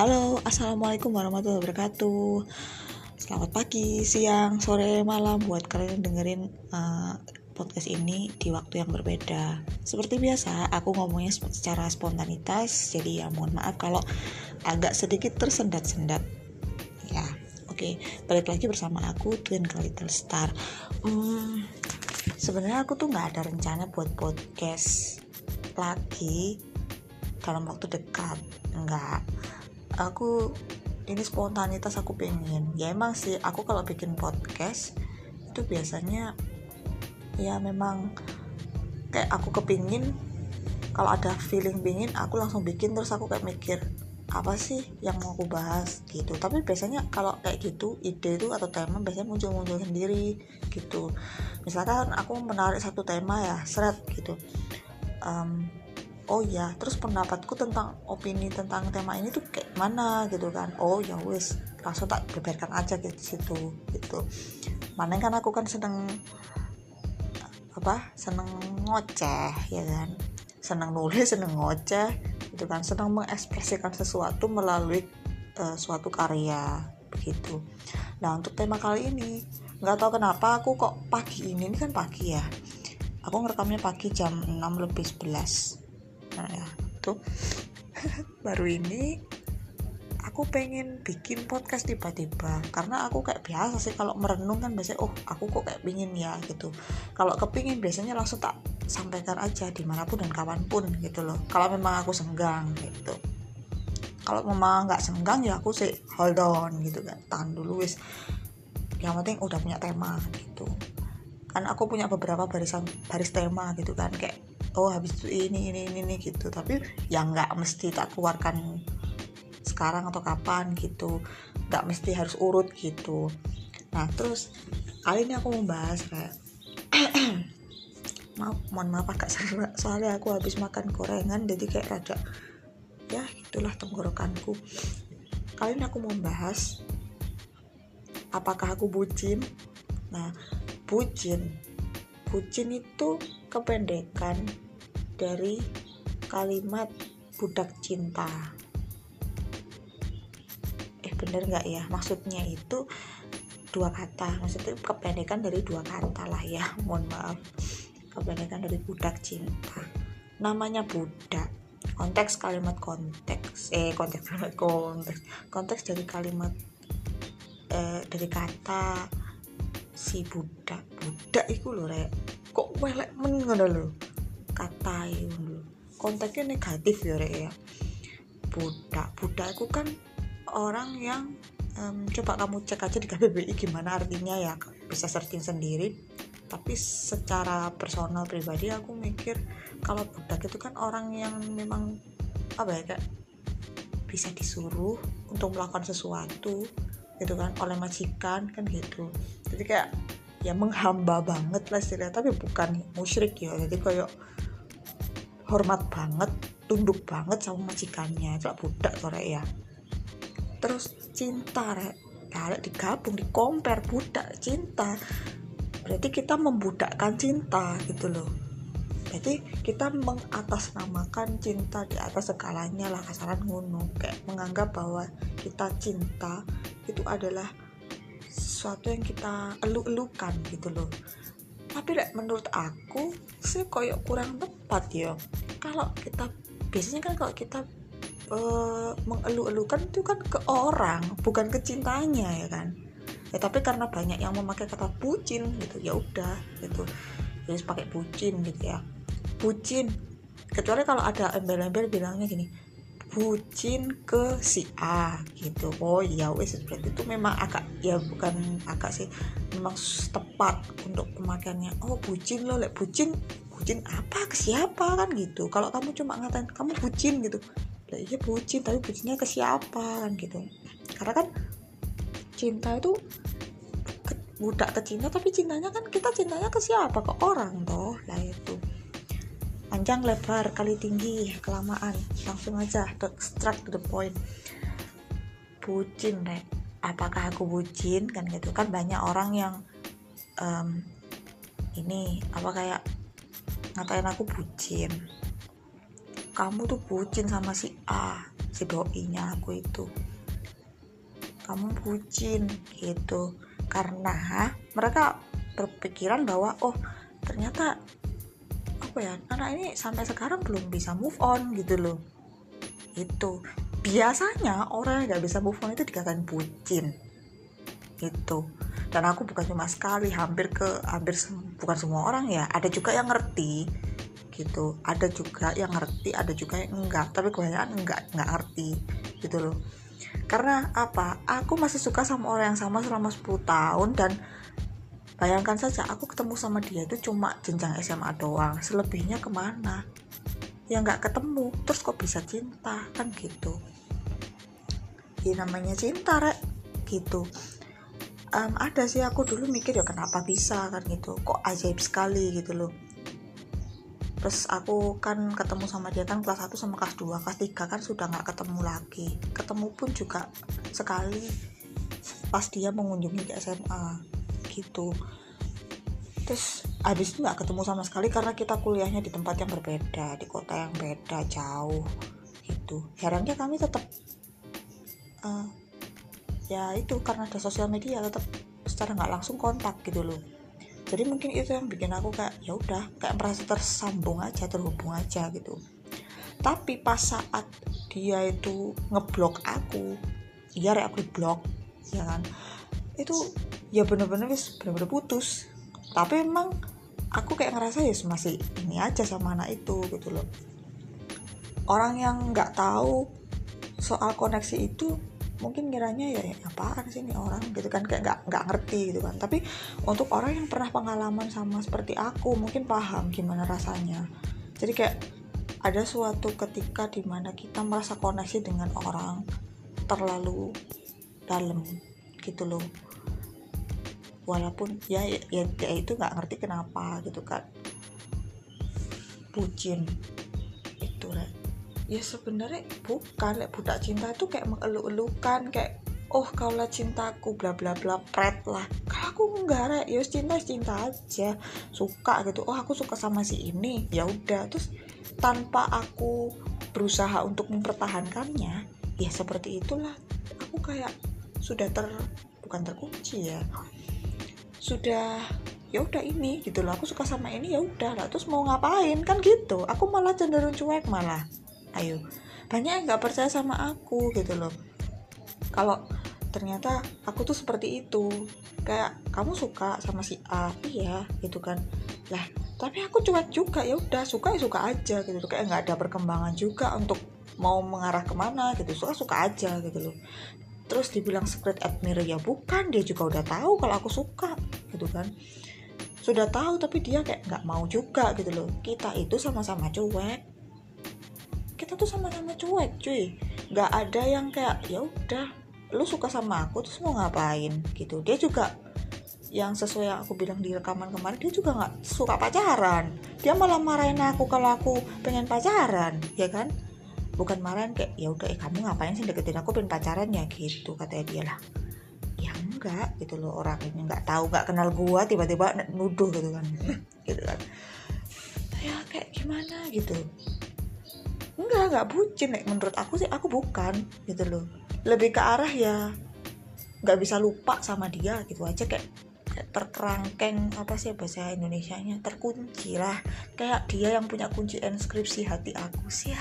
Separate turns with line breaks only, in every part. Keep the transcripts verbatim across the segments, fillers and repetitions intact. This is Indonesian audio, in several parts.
Halo, assalamualaikum warahmatullahi wabarakatuh. Selamat pagi, siang, sore, malam buat kalian yang dengerin uh, podcast ini di waktu yang berbeda. Seperti biasa, aku ngomongnya secara spontanitas, jadi ya mohon maaf kalau agak sedikit tersendat-sendat. Ya, oke. Okay. Balik lagi bersama aku, Twinkle Little Star. Hmm, sebenarnya aku tuh nggak ada rencana buat podcast lagi dalam waktu dekat, enggak. Aku ini spontanitas aku pengen ya emang sih aku kalau bikin podcast itu biasanya ya memang kayak aku kepingin kalau ada feeling pingin aku langsung bikin, terus aku kayak mikir apa sih yang mau aku bahas gitu. Tapi biasanya kalau kayak gitu ide itu atau tema biasanya muncul-muncul sendiri gitu. Misalkan aku menarik satu tema ya seret gitu, um, oh ya, terus pendapatku tentang opini tentang tema ini tuh kayak mana gitu kan. Oh ya wis, langsung tak beberkan aja gitu situ gitu. Mana kan aku kan seneng apa? Seneng ngoceh ya kan. Seneng nulis, seneng ngoceh gitu kan. Seneng mengekspresikan sesuatu melalui uh, suatu karya begitu. Nah, untuk tema kali ini nggak tahu kenapa aku kok pagi ini, ini kan pagi ya. Aku ngerekamnya pagi jam enam lebih sebelas. Nah ya tuh baru ini aku pengen bikin podcast tiba-tiba, karena aku kayak biasa sih kalau merenung kan biasanya oh aku kok kayak pingin ya gitu. Kalau kepingin biasanya langsung tak sampaikan aja dimanapun dan kapanpun gitu loh, kalau memang aku senggang gitu. Kalau memang nggak senggang ya aku sih hold on gitu kan, tahan dulu wis, yang penting udah punya tema gitu kan. Aku punya beberapa barisan baris tema gitu kan, kayak oh habis itu ini ini ini, ini gitu. Tapi yang nggak mesti tak keluarkan sekarang atau kapan gitu, nggak mesti harus urut gitu. Nah terus kali ini aku mau bahas kayak maaf mohon maaf agak serak soalnya aku habis makan gorengan jadi kayak rada ya itulah tenggorokanku. Kali ini aku mau bahas apakah aku bucin. Nah bucin bucin itu kependekan dari kalimat budak cinta. Eh bener nggak ya, maksudnya itu dua kata, maksudnya kependekan dari dua kata lah ya, mohon maaf, kependekan dari budak cinta. Namanya budak, konteks kalimat konteks eh konteks kalimat konteks konteks dari kalimat eh, dari kata si budak budak iku lho rek, kok welek men ngono lho kata iku lho, konteksnya negatif ya rek ya. Budak budak itu kan orang yang um, coba kamu cek aja di K B B I gimana artinya ya, bisa searching sendiri. Tapi secara personal pribadi aku mikir kalau budak itu kan orang yang memang apa ya, kayak bisa disuruh untuk melakukan sesuatu gitu kan oleh majikan kan gitu. Jadi kayak ya menghamba banget lah istilahnya, tapi bukan musyrik ya. Jadi kayak hormat banget, tunduk banget sama majikannya. Coba budak tuh rek ya. Terus cinta rek, kalau digabung di compare budak cinta, berarti kita membudakkan cinta gitu loh. Berarti kita mengatasnamakan cinta di atas segalanya lah, kasaran ngono. Kayak menganggap bahwa kita cinta itu adalah sesuatu yang kita elu-elukan gitu loh. Tapi like, menurut aku sih koyok kurang tepat ya. Kalau kita biasanya kan kalau kita uh, mengelu-elukan itu kan ke orang, bukan ke cintanya ya kan. Ya tapi karena banyak yang memakai kata bucin gitu, ya udah gitu. Jadi pakai bucin gitu ya. Bucin. Kecuali kalau ada embel-embel bilangnya gini, bucin ke si A gitu. Oh ya wes, berarti itu memang agak ya bukan agak sih, memang tepat untuk pemakaiannya. Oh bucin lo, lek bucin bucin apa ke siapa kan gitu. Kalau kamu cuma ngatain kamu bucin gitu, lah iya bucin, tapi bucinnya ke siapa kan gitu. Karena kan cinta itu ke, budak ke cinta, tapi cintanya kan kita cintanya ke siapa, ke orang toh lah itu. Panjang lebar kali tinggi kelamaan, langsung aja straight to the point. Bucin rek, apakah aku bucin kan gitu kan. Banyak orang yang um, ini apa kayak ngatain aku bucin, kamu tuh bucin sama si A, si doinya aku itu, kamu bucin gitu. Karena mereka berpikiran bahwa oh ternyata apa ya, anak ini sampai sekarang belum bisa move on gitu loh. Itu biasanya orang yang nggak bisa move on itu dikatakan bucin itu. Dan aku bukan cuma sekali, hampir ke hampir bukan semua orang ya, ada juga yang ngerti gitu, ada juga yang ngerti, ada juga yang enggak, tapi kebanyakan enggak enggak ngerti gitu loh. Karena apa, aku masih suka sama orang yang sama selama sepuluh tahun, dan bayangkan saja aku ketemu sama dia itu cuma jenjang S M A doang, selebihnya kemana ya nggak ketemu, terus kok bisa cinta kan gitu. Ya namanya cinta rek gitu. Um, ada sih aku dulu mikir ya kenapa bisa kan gitu, kok ajaib sekali gitu loh. Terus aku kan ketemu sama dia kan kelas satu sama kelas dua, kelas tiga kan sudah gak ketemu lagi. Ketemu pun juga sekali pas dia mengunjungi ke S M A gitu. Terus habis itu gak ketemu sama sekali karena kita kuliahnya di tempat yang berbeda, di kota yang beda, jauh gitu. Herannya kami tetap uh, ya itu karena ada sosial media tetap secara nggak langsung kontak gitu loh. Jadi mungkin itu yang bikin aku kayak ya udah kayak merasa tersambung aja, terhubung aja gitu. Tapi pas saat dia itu ngeblok aku, iya rek aku blok ya kan, itu ya bener-bener wis bener-bener putus. Tapi emang aku kayak ngerasa ya masih ini aja sama anak itu gitu loh. Orang yang nggak tahu soal koneksi itu mungkin kiranya ya apaan sih ini orang gitu kan, kayak nggak nggak ngerti gitu kan. Tapi untuk orang yang pernah pengalaman sama seperti aku mungkin paham gimana rasanya. Jadi kayak ada suatu ketika dimana kita merasa koneksi dengan orang terlalu dalam gitu loh, walaupun ya ya dia itu nggak ngerti kenapa gitu kan, bucin itu lah. Ya sebenarnya bukan, budak cinta itu kayak mengeluk-elukan kayak oh kaulah cintaku bla bla bla pret lah. Kalau aku enggak rek, ya cinta cinta aja, suka gitu. Oh aku suka sama si ini, ya udah. Terus tanpa aku berusaha untuk mempertahankannya, ya seperti itulah. Aku kayak sudah ter bukan terkunci ya, sudah ya udah ini gitu loh. Aku suka sama ini ya udah lah. Terus mau ngapain kan gitu. Aku malah cenderung cuek malah. Ayo, banyak yang nggak percaya sama aku gitu loh. Kalau ternyata aku tuh seperti itu, kayak kamu suka sama si A, iya gitu kan. Lah, tapi aku cuek juga, ya udah suka ya suka aja gitu loh. Kayak nggak ada perkembangan juga untuk mau mengarah kemana gitu. Suka suka aja gitu loh. Terus dibilang secret admirer ya bukan, dia juga udah tahu kalau aku suka gitu kan. Sudah tahu tapi dia kayak nggak mau juga gitu loh. Kita itu sama-sama cuek. Kita tuh sama-sama cuek cuy, nggak ada yang kayak ya udah lu suka sama aku terus mau ngapain gitu. Dia juga yang sesuai yang aku bilang di rekaman kemarin, dia juga nggak suka pacaran, dia malah marahin aku kalau aku pengen pacaran ya kan. Bukan marahin kayak ya udah eh kamu ngapain sih deketin aku pengen pacaran ya gitu katanya dia lah. Ya enggak gitu loh, orang ini nggak tahu nggak kenal gua tiba-tiba nuduh gitu kan gitu kan. Ya kayak gimana gitu. Enggak, enggak bucin nek menurut aku sih, aku bukan gitu loh. Lebih ke arah ya enggak bisa lupa sama dia gitu aja, kayak, kayak terkerangkeng apa sih bahasa Indonesianya, terkunci lah. Kayak dia yang punya kunci inskripsi hati aku sih ya.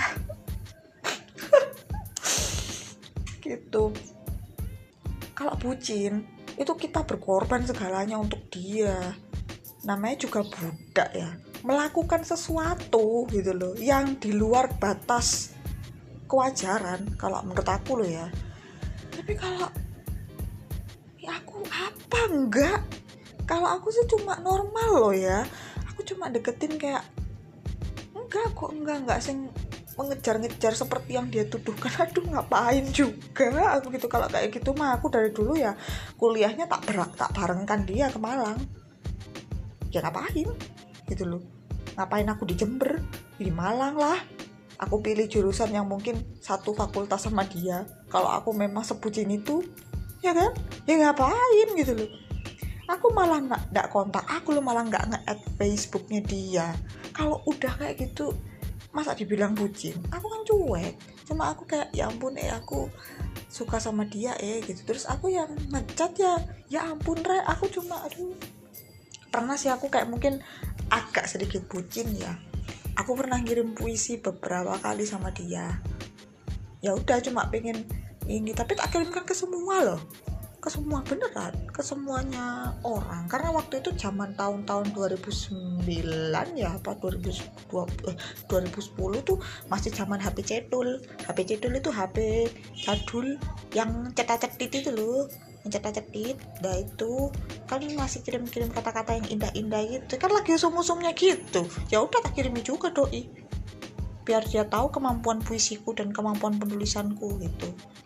Gitu. Kalau bucin itu kita berkorban segalanya untuk dia. Namanya juga budak ya, melakukan sesuatu gitu loh yang di luar batas kewajaran kalau menurut aku loh ya. Tapi kalau ya aku apa enggak, kalau aku sih cuma normal loh ya. Aku cuma deketin kayak enggak kok, enggak enggak sing mengejar-ngejar seperti yang dia tuduhkan. Aduh ngapain juga aku gitu. Kalau kayak gitu mah aku dari dulu ya kuliahnya tak berak tak barengkan dia ke Malang. Ya ngapain gitu loh, ngapain aku di Jember, di Malang lah. Aku pilih jurusan yang mungkin satu fakultas sama dia kalau aku memang sebutin itu ya kan. Ya ngapain gitu loh. Aku malah gak, gak kontak aku loh, malah gak nge-add Facebooknya dia. Kalau udah kayak gitu masa dibilang bucin, aku kan cuek, cuma aku kayak ya ampun eh aku suka sama dia eh gitu, terus aku yang ngechat ya ya ampun re, aku cuma aduh. Pernah sih aku kayak mungkin agak sedikit bucin ya, aku pernah ngirim puisi beberapa kali sama dia, ya udah cuma pengen ini, tapi tak kirimkan ke semua loh, ke semua beneran, ke semuanya orang, karena waktu itu zaman tahun-tahun dua ribu sembilan ya apa dua ribu dua eh, dua ribu sepuluh tuh masih zaman H P cetul. H P cetul itu H P jadul yang cetak-cetit itu loh, yang cetak-cetit. Nah itu kan masih kirim-kirim kata-kata yang indah-indah gitu, kan lagi usum-usumnya gitu, ya udah tak kirimi juga doi, biar dia tahu kemampuan puisiku dan kemampuan penulisanku gitu.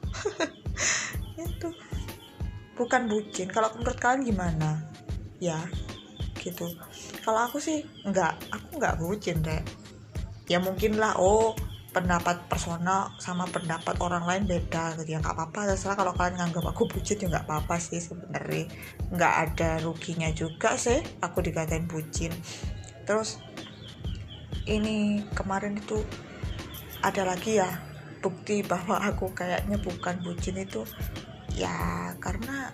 Itu bukan bucin. Kalau menurut kalian gimana? Ya, gitu. Kalau aku sih enggak, aku enggak bucin, Rek. Ya mungkin lah, oh pendapat personal sama pendapat orang lain beda gitu ya, nggak apa-apa, terserah. Kalau kalian nganggap aku bucin ya nggak apa-apa sih sebenarnya, nggak ada ruginya juga sih aku dikatain bucin. Terus ini kemarin itu ada lagi ya bukti bahwa aku kayaknya bukan bucin itu ya, karena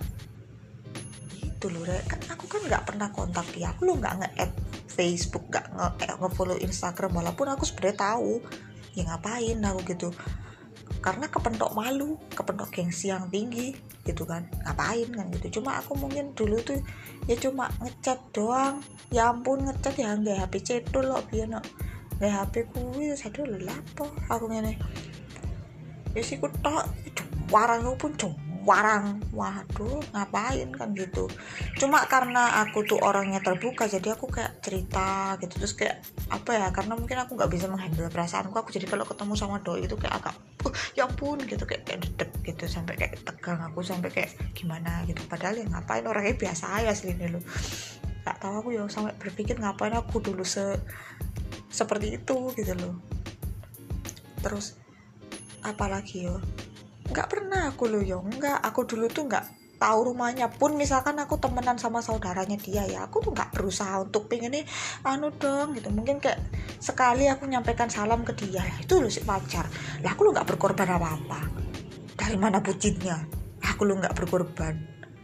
itu loh Rek, kan aku kan nggak pernah kontak dia, aku lo nggak nge-add Facebook, nggak nge-follow Instagram, walaupun aku sebenarnya tahu ya ngapain aku gitu, karena kepentok malu, kepentok gengsi yang tinggi gitu kan, ngapain kan gitu. Cuma aku mungkin dulu tuh ya cuma ngechat doang, ya ampun ngechat ya nggak H P cetul loh biar no nggak H P kuwi saya dulu lapo aku ngene ya sih ku tok warang pun cuma warang, waduh ngapain kan gitu. Cuma karena aku tuh orangnya terbuka, jadi aku kayak cerita gitu, terus kayak apa ya, karena mungkin aku nggak bisa menghandle perasaanku, aku jadi kalau ketemu sama doi itu kayak agak uh, ya ampun gitu, kayak kayak dedek gitu, sampai kayak tegang aku, sampai kayak gimana gitu. Padahal ya ngapain, orangnya biasa aja sih ini loh, nggak tahu aku ya sampai berpikir ngapain aku dulu se seperti itu gitu loh. Terus apalagi yo, nggak pernah aku loh yo, nggak, aku dulu tuh nggak tahu rumahnya pun, misalkan aku temenan sama saudaranya dia ya, aku tuh nggak berusaha untuk pengen nih anu dong gitu, mungkin kayak sekali aku nyampaikan salam ke dia, lah itu loh si pacar, lah aku lo nggak berkorban apa-apa, dari mana bucinnya, aku lo nggak berkorban,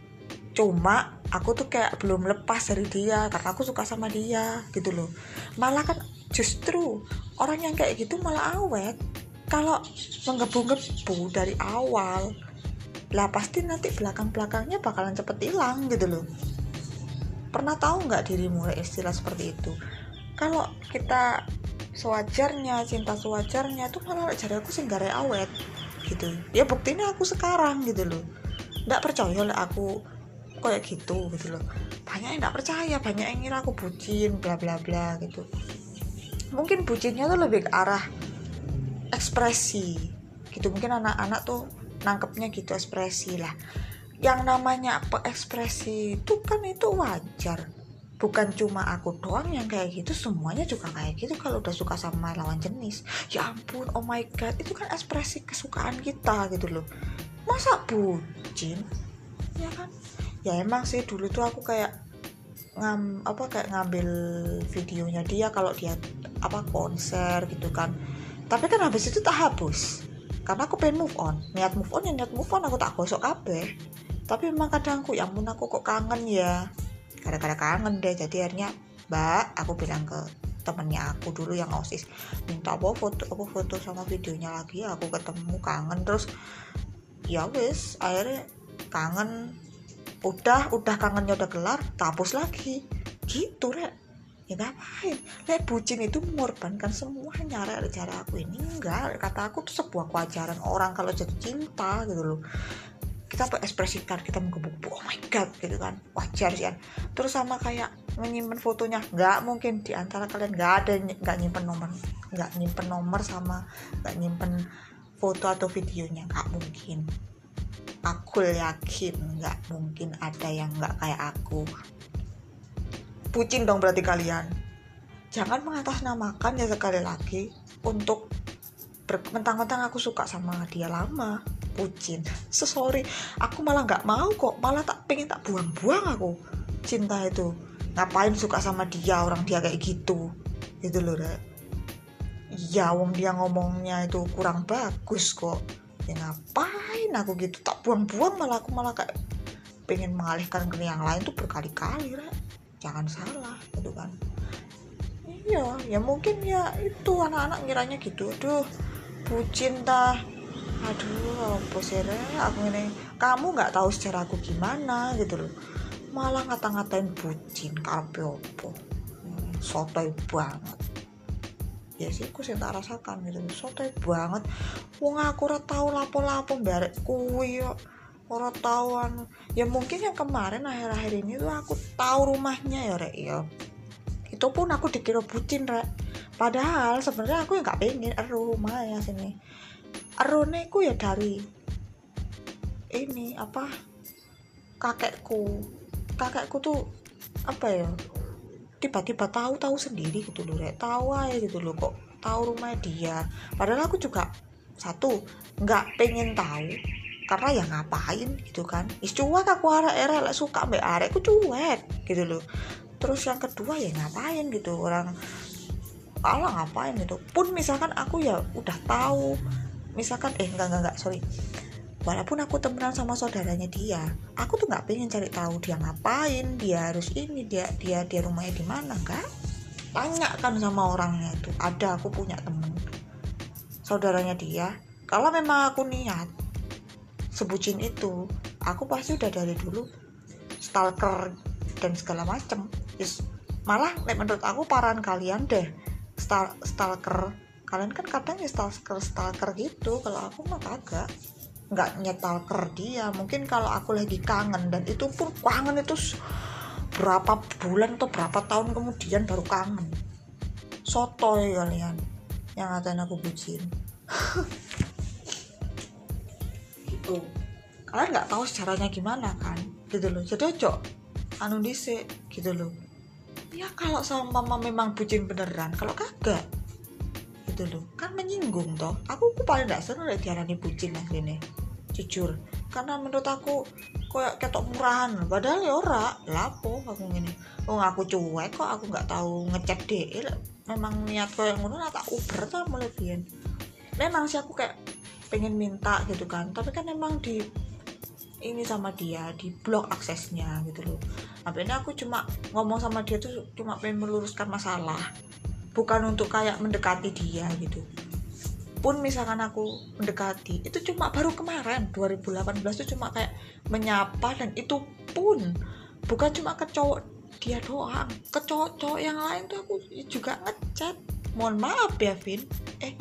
cuma aku tuh kayak belum lepas dari dia karena aku suka sama dia gitu loh. Malah kan justru orang yang kayak gitu malah awet kalau menggebu-gebu dari awal, lah pasti nanti belakang-belakangnya bakalan cepet hilang gitu loh. Pernah tahu nggak dirimu istilah seperti itu? Kalau kita sewajarnya, cinta sewajarnya, itu malah jadi aku singgare awet gitu. Ya buktinya aku sekarang gitu loh. Nggak percaya lah aku kayak gitu gitu loh. Banyak yang nggak percaya, banyak yang ngira aku bucin, bla bla bla gitu. Mungkin bucinnya tuh lebih ke arah ekspresi gitu, mungkin anak-anak tuh nangkepnya gitu, ekspresi lah. Yang namanya apa ekspresi itu kan itu wajar, bukan cuma aku doang yang kayak gitu, semuanya juga kayak gitu kalau udah suka sama lawan jenis. Ya ampun, oh my god, itu kan ekspresi kesukaan kita gitu loh, masa bucin ya kan. Ya emang sih dulu tuh aku kayak ngam apa kayak ngambil videonya dia kalau dia apa konser gitu kan, tapi kan habis itu tak hapus karena aku pengen move on, niat move on ya niat move on, aku tak gosok kabeh. Tapi memang kadang aku ya ampun aku kok kangen ya, kadang-kadang kangen deh. Jadi akhirnya mbak aku bilang ke temennya aku dulu yang OSIS, minta apa foto apa foto sama videonya lagi, aku ketemu kangen. Terus ya wis akhirnya kangen, udah udah kangennya udah kelar, hapus lagi gitu Rek. Ya ngapain, lek bucin itu mengorbankan semuanya Rek. Cara aku ini enggak, kata aku tuh sebuah kewajaran orang kalau jatuh cinta gitu loh, kita mengekspresikan, kita menggebu-gebu, oh my god gitu kan, wajar sih kan. Terus sama kayak menyimpan fotonya, nggak mungkin di antara kalian nggak ada nggak nyimpen nomor, nggak nyimpen nomor sama nggak nyimpen foto atau videonya, nggak mungkin. Aku yakin nggak mungkin ada yang nggak kayak aku. Bucin dong berarti kalian. Jangan mengatasnamakan ya sekali lagi untuk mentang-mentang aku suka sama dia lama, bucin. So sorry, aku malah nggak mau kok, malah tak pengen tak buang-buang aku cinta itu. Ngapain suka sama dia, orang dia kayak gitu, gitu loh Rek. ya wong dia ngomongnya itu kurang bagus kok, ya ngapain aku gitu, tak buang-buang, malah aku malah kayak pengen mengalihkan ke yang lain tuh berkali-kali. Rek, jangan salah gitu kan. Iya, ya mungkin ya itu anak-anak ngiranya gitu. Aduh, bucin tah. Aduh, apa sih Rek, aku ini, kamu nggak tahu secara aku gimana gitu loh. Malah ngata-ngatain bucin, karepe opo. Hmm, sotoy banget. Ya sih aku sih tak rasakan gitu, sotoy banget. Wong aku ora tau lapo-lapo barek kuwi yo. Ora tau anu. Ya mungkin yang kemarin akhir-akhir ini tuh aku tahu rumahnya ya Rek ya. Itu pun aku dikira bucin Rek. Padahal sebenarnya aku nggak pengen ero rumahnya sini. Erone ku ya dari ini apa? Kakekku. Kakekku tuh apa ya? Tiba-tiba tahu-tahu sendiri gitu loh Rek, tahu aja gitu loh kok tahu rumah dia, padahal aku juga satu nggak pengen tahu karena ya ngapain gitu kan, is cuek aku arek-arek lek suka mbek arekku cuek gitu loh. Terus yang kedua ya ngapain gitu orang Allah ngapain gitu, pun misalkan aku ya udah tahu misalkan eh enggak enggak enggak sorry walaupun aku temenan sama saudaranya dia, aku tuh nggak pengen cari tahu dia ngapain, dia harus ini, dia dia dia rumahnya di mana, enggak. Tanyakan sama orangnya itu. Ada aku punya temen saudaranya dia, kalau memang aku niat sebucin itu, aku pasti udah dari dulu stalker dan segala macem. Yes. Malah menurut aku parahan kalian deh stal- stalker. Kalian kan kadang ya stalker stalker gitu, kalau aku mah kagak. Nggak nyetalker dia, mungkin kalau aku lagi kangen, dan itu pun kangen itu berapa bulan atau berapa tahun kemudian baru kangen. Sotoy kalian yang ngatain aku bucin. Gitu, kalian nggak tahu caranya gimana kan gitu loh, jadi ojo anu dhisik gitu loh. Ya kalau sama mama memang bucin beneran, kalau kagak gitu loh kan menyinggung toh. Aku aku paling gak seneng liat diarani bucin asline, jujur, karena menurut aku kayak ketok murahan, padahal ya ora lapo aku ngene. Oh aku cuek kok, aku nggak tahu ngecek D E, memang niat kayak ngono tak uber ta mulai biyen. Memang sih aku kayak pengen minta gitu kan, tapi kan memang di ini sama dia, di blok aksesnya gitu loh. Sampai ini aku cuma ngomong sama dia tuh cuma pengen meluruskan masalah, bukan untuk kayak mendekati dia gitu. Pun misalkan aku mendekati, itu cuma baru kemarin dua ribu delapan belas tuh cuma kayak menyapa, dan itu pun bukan cuma ke cowok dia doang, ke cowok-cowok yang lain tuh aku juga ngechat. Mohon maaf ya Vin, eh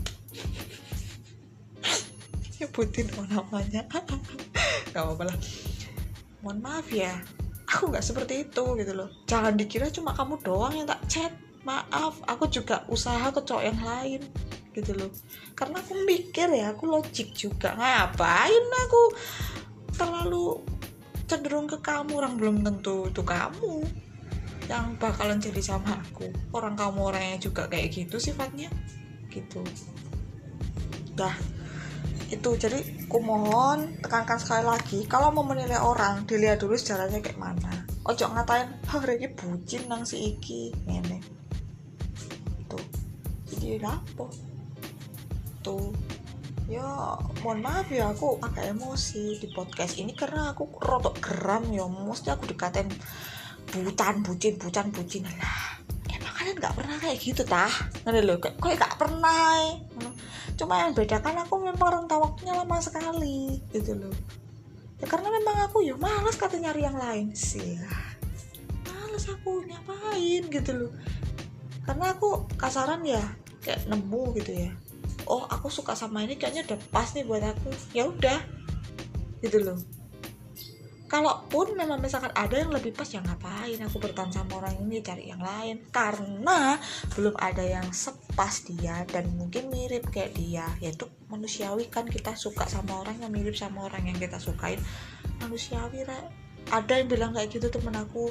nyebutin oh namanya gak apa-apa lah, mohon maaf ya, aku gak seperti itu gitu loh. Jangan dikira cuma kamu doang yang tak chat, maaf, aku juga usaha ke cowok yang lain gitu loh, karena aku mikir ya, aku logik juga, ngapain aku terlalu cenderung ke kamu, orang belum tentu itu kamu yang bakalan jadi sama aku, orang kamu orangnya juga kayak gitu sifatnya gitu. Dah itu, jadi aku mohon tekankan sekali lagi, kalau mau menilai orang dilihat dulu sejarahnya kayak mana, ojo ngatain hari ini bucin nang si iki ngene tuh, jadi lapo tuh. Ya mohon maaf ya, aku agak emosi di podcast ini karena aku rotok geram ya, mesti aku dikatain bucan bucin bucan bucin lah. Emang kalian nggak pernah kayak gitu tah? Nggak loh, kok nggak pernah. Cuma yang bedakan aku memang rentang waktunya lama sekali gitu loh. Ya karena memang aku ya malas kata nyari yang lain sih, malas aku ngapain gitu loh. Karena aku kasaran ya kayak nemu gitu ya, oh aku suka sama ini kayaknya udah pas nih buat aku, ya udah gitu loh. Kalaupun memang misalkan ada yang lebih pas, ya ngapain aku bertahan sama orang ini, cari yang lain, karena belum ada yang sepas dia dan mungkin mirip kayak dia. Yaitu manusiawi kan, kita suka sama orang yang mirip sama orang yang kita sukain, manusiawi Ra. Ada yang bilang kayak gitu temen aku,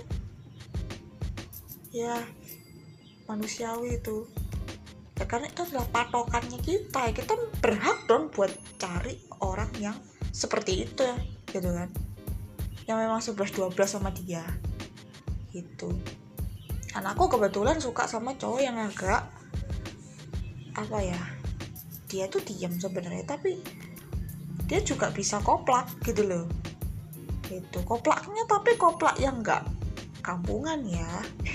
ya manusiawi itu ya, karena itu adalah patokannya kita, kita berhak dong buat cari orang yang seperti itu gitu kan, yang memang sebelas dua belas sama dia gitu. Karena aku kebetulan suka sama cowok yang agak apa ya, dia tuh diam sebenarnya tapi dia juga bisa koplak gitu loh. Itu koplaknya tapi koplak yang enggak kampungan ya.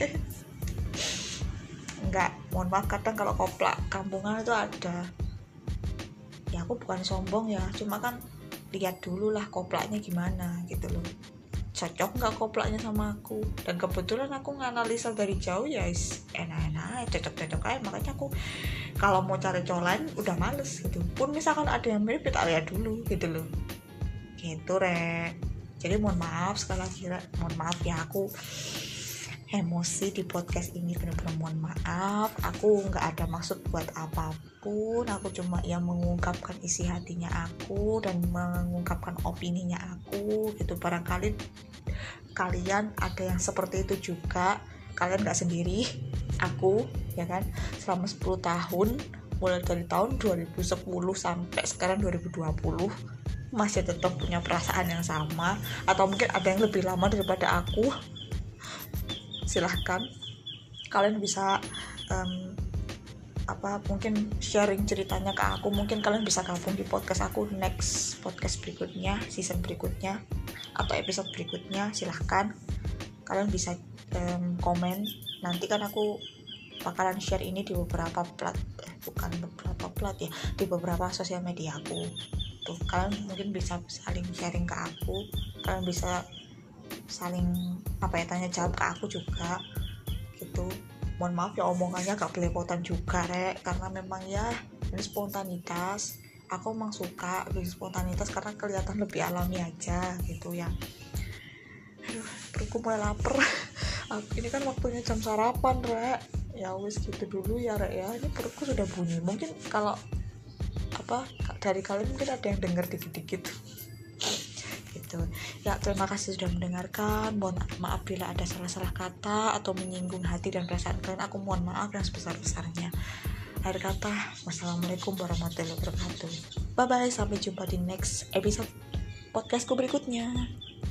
Enggak, mohon maaf, kadang kalau koplak kampungan itu ada. Ya aku bukan sombong ya, cuma kan lihat dulu lah koplaknya gimana gitu loh. Cocok nggak koplaknya sama aku, dan kebetulan aku nganalisa dari jauh ya enak-enak, cocok-cocok aja. Makanya aku kalau mau cari cowok lain udah males gitu, pun misalkan ada yang mirip kita lihat dulu gitu loh, gitu Rek. Jadi mohon maaf sekali lagi, mohon maaf ya, aku emosi di podcast ini, benar-benar mohon maaf. Aku nggak ada maksud buat apapun, aku cuma yang mengungkapkan isi hatinya aku dan mengungkapkan opininya aku gitu. Barangkali kalian ada yang seperti itu juga, kalian nggak sendiri. Aku ya kan selama sepuluh tahun, mulai dari tahun dua ribu sepuluh sampai sekarang dua ribu dua puluh masih tetap punya perasaan yang sama, atau mungkin ada yang lebih lama daripada aku. Silahkan kalian bisa um, apa mungkin sharing ceritanya ke aku. Mungkin kalian bisa gabung di podcast aku next podcast berikutnya, season berikutnya atau episode berikutnya. Silahkan kalian bisa um, komen. Nanti kan aku bakalan share ini di beberapa plat eh, bukan beberapa plat ya di beberapa sosial media aku tuh. Kalian mungkin bisa saling sharing ke aku, kalian bisa saling apa ya tanya jawab ke aku juga gitu. Mohon maaf ya omongannya agak belepotan juga Rek, karena memang ya ini spontanitas. Aku emang suka bikin spontanitas karena kelihatan lebih alami aja gitu ya. Aduh, perutku mulai lapar. Ini kan waktunya jam sarapan Rek. Ya wis gitu dulu ya Rek ya. Ini perutku sudah bunyi. Mungkin kalau apa dari kalian mungkin ada yang dengar dikit-dikit. Ya, terima kasih sudah mendengarkan. Mohon maaf bila ada salah-salah kata atau menyinggung hati dan perasaan kalian. Aku mohon maaf yang sebesar-besarnya. Akhir kata, wassalamualaikum warahmatullahi wabarakatuh. Bye bye, sampai jumpa di next episode podcastku berikutnya.